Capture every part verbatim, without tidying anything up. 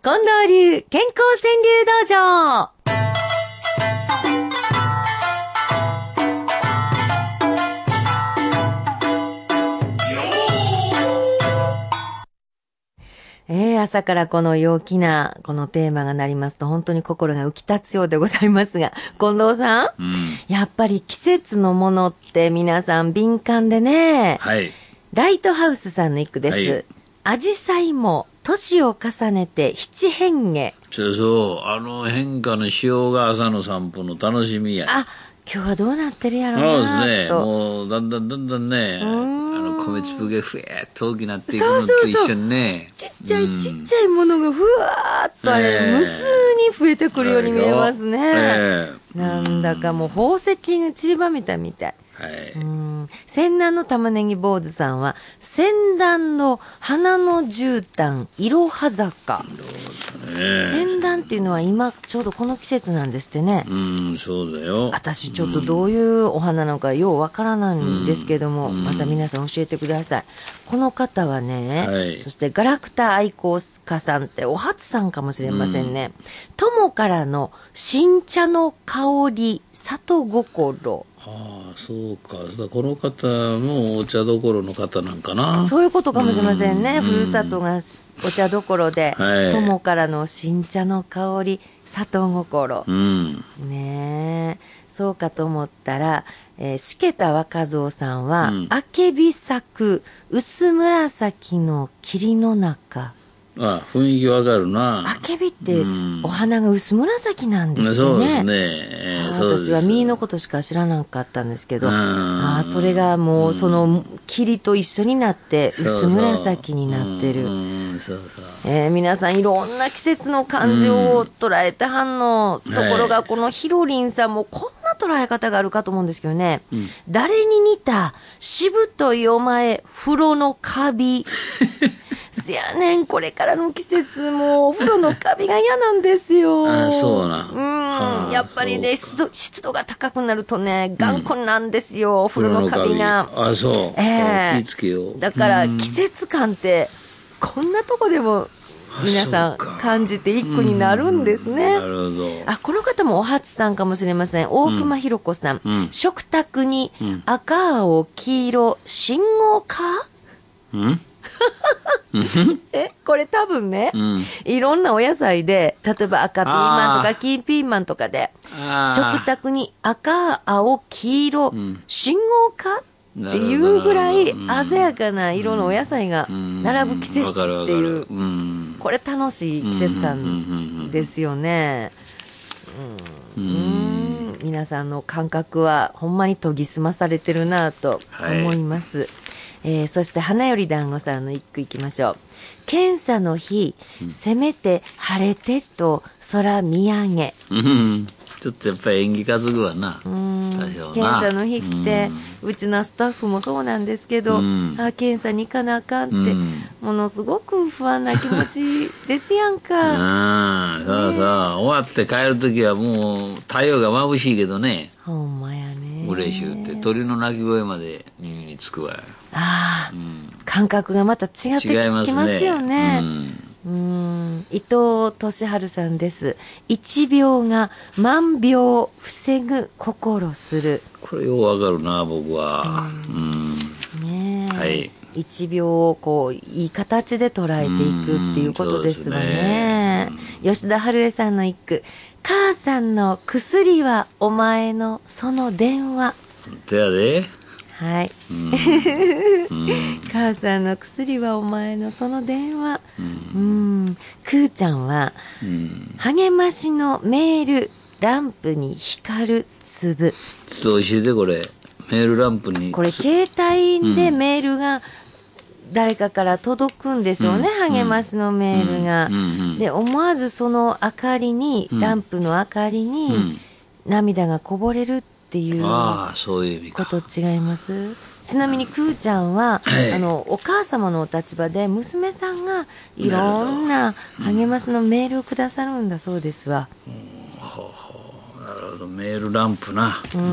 近藤流健康川柳道場。えー、朝からこの陽気なこのテーマがなりますと本当に心が浮き立つようでございますが、近藤さん、うん、やっぱり季節のものって皆さん敏感でね。 はい。 ライトハウスさんの一句です。はい、アジサイも年を重ねて七変化。 そうそう、あの変化の潮が朝の散歩の楽しみや。 あ、今日はどうなってるやろうなと。 そうですね。もうだんだんだんだんね、あの米粒がふえっと大きくなっていくのと一緒にね。 そうそうそう、ちっちゃい、うん、ちっちゃいものがふわーっとあれ、ね、無数に増えてくるように見えますね。 えー、 なんだかもう宝石が散りばめたみたい。 はい、 うん、仙南の玉ねぎ坊主さんは仙南の花の絨毯いろは坂、ね、仙南っていうのは今ちょうどこの季節なんですってね。 うん、そうだよ。 私ちょっとどういうお花なのかようわからないんですけども、うん、また皆さん教えてください。この方はね、はい、そしてガラクタ愛好家さんってお初さんかもしれませんね。友からの新茶の香り里心。 ああ、そうか。この方もお茶どころの方なんかな。 そういうことかもしれませんね。ふるさとがお茶どころで、はい、友からの新茶の香り、里心。うん、ねえ。そうかと思ったら、えー、しけた若造さんは、うん、あけび咲く薄紫の霧の中。 ああ、雰囲気わかるな。 あけびってお花が薄紫なんですってね。 そうですね。えー、 私は実のことしか知らなかったんですけど、ああ、それがもうその霧と一緒になって薄紫になってる。えー、皆さんいろんな季節の感情を捉えてはんの、ところがこのひろりんさんもこんな捉え方があるかと思うんですけどね。うん、誰に似たしぶといお前風呂のカビ。せやねん、これからの季節もお風呂のカビが嫌なんですよ。 ああ、そうな。 うん、やっぱりね、湿度、湿度が高くなるとね、頑固なんですよ、うん、お風呂のカビが。 あ、そう。えー、気ぃつけよう。 だから季節感ってこんなとこでも皆さん感じて一句になるんですね。 なるほど。 あ、この方もお初さんかもしれません。大熊ひろ子さん、うん、食卓に赤青黄色信号か、うんえ、これ多分ね、うん、いろんなお野菜で、例えば赤ピーマンとか黄ピーマンとかで、食卓に赤、青、黄色、うん、信号かっていうぐらい鮮やかな色のお野菜が並ぶ季節っていう、これ楽しい季節感ですよね。うん、うん、皆さんの感覚はほんまに研ぎ澄まされてるなと思います。はい、えー、そして花より団子さんの一句いきましょう。検査の日、うん、せめて晴れてと空見上げ。 うん、ちょっとやっぱり縁起担ぐわな。うん、 検査の日って、うん、うちのスタッフもそうなんですけど、うん、あ、検査に行かなあかんって、うん、ものすごく不安な気持ちですやんか。 ああ、そうそう、ね、終わって帰るときはもう太陽が眩しいけどね。 ほんまやね。 嬉しゅうって鳥の鳴き声まで耳につくわ。 ああ、うん、感覚がまた違ってきますよね。うん、うーん、伊藤俊治さんです。一病が万病を防ぐ心する。 これようわかるな、僕は。うん、 うん、ねえ、 はい、 一病をこういい形で捉えていくっていうことですわね。ね、吉田春江さんの一句。母さんの薬はお前のその電話。 手やで。 はい、うんうん、母さんの薬はお前のその電話。うん、うん、くーちゃんは、うん、励ましのメールランプに光る粒。 ちょっと教えてこれ。メールランプに。 これ携帯でメールが誰かから届くんでしょうね、うん、励ましのメールが、うんうん、で思わずその明かりに、うん、ランプの明かりに、うん、涙がこぼれるっていうこと違います？ちなみにくーちゃんは、はい、あのお母様のお立場で娘さんがいろんな励ましのメールをくださるんだそうですわ。 うん、ほうほう、なるほど、メールランプな。うん、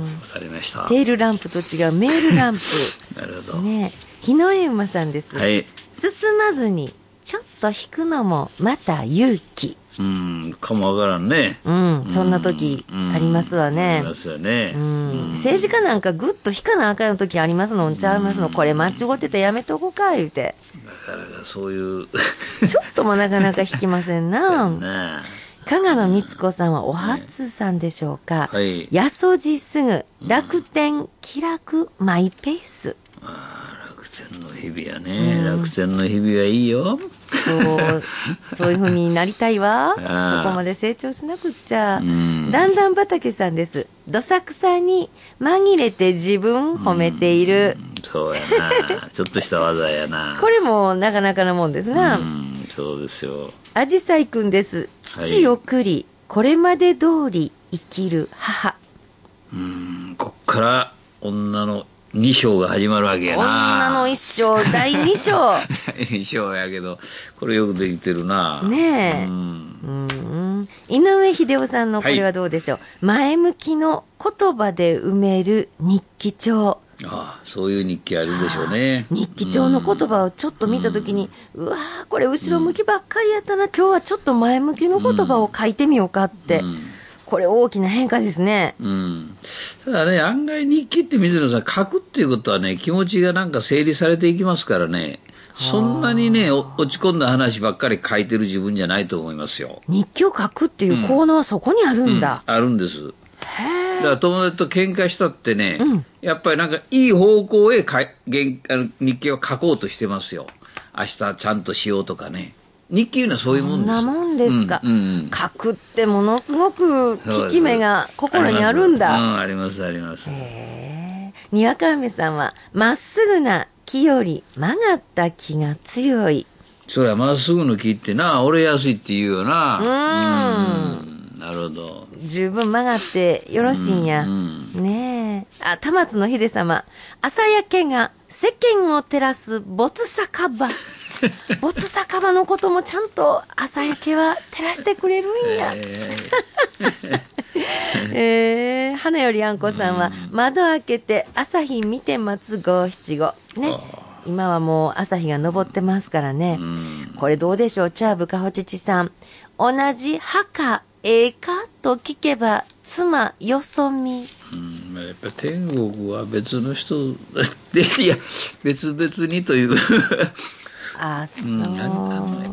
わかりました。 テールランプと違うメールランプ。 なるほど。 ね、日の絵馬さんです。 はい、 進まずにちょっと引くのもまた勇気。 うん、かもわからんね。 うん、そんな時ありますわね。 ありますよね。 うん、政治家なんかぐっと引かなあかん時ありますのんちゃいますの。これ間違っててやめとこか言うて。 だからそういうちょっともなかなか引きませんな。加賀野光子さんはお初さんでしょうか。はい。やそじすぐ楽天気楽マイペース。 ああ、楽天の日々やね、うん、楽天の日々はいいよ。 そうそういう風になりたいわ。そこまで成長しなくっちゃ。うん、だんだん畑さんです。どさくさに紛れて自分褒めている。 うん、そうやな。ちょっとした技やな。 これもなかなかなもんですな。うん、 そうですよ。 あじさいくんです。父送り、はい、これまで通り生きる母。 うーん、こっから女のに章が始まるわけやな。 女の一章、だいに章。 だいに章やけど、これよくできてるな。 ねえ。うん。井上秀夫さんのこれはどうでしょう。はい、前向きの言葉で埋める日記帳。 ああ、そういう日記あるでしょうね。 日記帳の言葉をちょっと見たときに、うん、うわー、これ後ろ向きばっかりやったな、うん、今日はちょっと前向きの言葉を書いてみようかって。うん、これ大きな変化ですね。 うん。ただね、案外日記って水野さん、書くっていうことはね、気持ちがなんか整理されていきますからね、そんなにね、落ち込んだ話ばっかり書いてる自分じゃないと思いますよ。 日記を書くっていう効能はそこにあるんだ。 うんうん、あるんです。だから友達と喧嘩したってね、うん、やっぱりなんかいい方向へかげあの日記を書こうとしてますよ。明日ちゃんとしようとかね。日記いうのはそういうもんです。 そんなもんですか。うんうんうん、書くってものすごく効き目が心にあるんだ。 うん、ありますあります。 へー。にわか雨さんはまっすぐな木より曲がった木が強い。 そうや、まっすぐの木ってな折れやすいっていうよな。うん。なるほど。 十分曲がってよろしいんや。うんうん、ねえ。あ、田松の秀様。朝焼けが世間を照らす没酒場。没酒場のこともちゃんと朝焼けは照らしてくれるんや。えーえー、花よりあんこさんは、うん、窓開けて朝日見て待つ五七五。ね。今はもう朝日が昇ってますからね。うん、これどうでしょう、チャーブかほちちさん。同じ墓ええかと聞けば妻よそみ。 うん、やっぱ天国は別の人で、いや別々にというあ、そう、うん、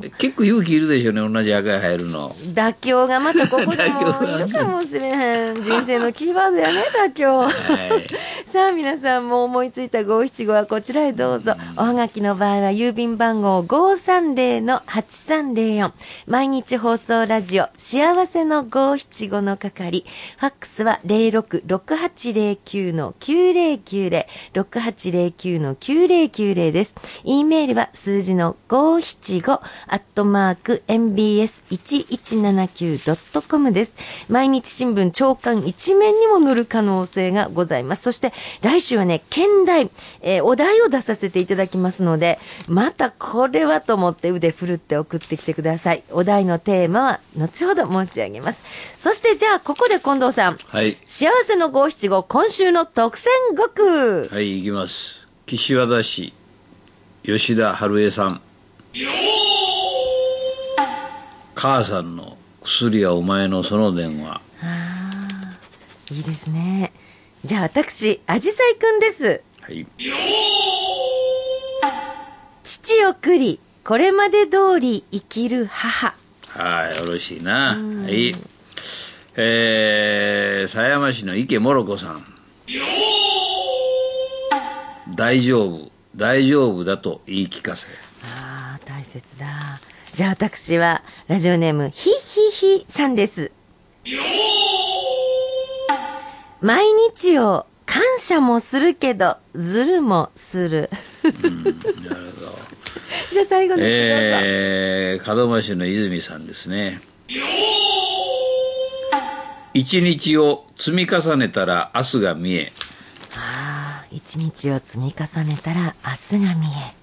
結構勇気いるでしょうね、同じ赤い入るの。 妥協がまたここにもいるかもしれへん。人生のキーワードやね、妥協。はい、さあ皆さんも思いついた五七五はこちらへどうぞ。おはがきの場合は郵便番号 ごーさんぜろのはちさんぜろよん、毎日放送ラジオ幸せの五七五の係。ファックスは ゼロろく ろくはちゼロきゅう のきゅうゼロきゅうゼロ ろくはちゼロきゅう のきゅうゼロきゅうゼロです。E メールは数字のごーななごアットマーク エムビーエスいちいちななきゅうドットコム です。毎日新聞朝刊一面にも載る可能性がございます。そして来週はね、兼題、えー、お題を出させていただきますので、またこれはと思って腕振るって送ってきてください。お題のテーマは後ほど申し上げます。そしてじゃあここで近藤さん、はい、幸せの五七五今週の特選五句。 はい、いきます。岸和田市吉田春江さん。母さんの薬はお前のその電話。 ああ、いいですね。じゃあ私あじさいくんです。はい。父送りこれまで通り生きる母。 はい、よろしいな。はい。えー、狭山市の池もろこさん。大丈夫大丈夫だと言い聞かせ。 ああ、大切だ。じゃあ私はラジオネームひひひさんです。毎日を感謝もするけどずるもする。うん、なるほど。じゃあ最後のえー、門真市の泉さんですね。一日を積み重ねたら明日が見え。 ああ、一日を積み重ねたら明日が見え。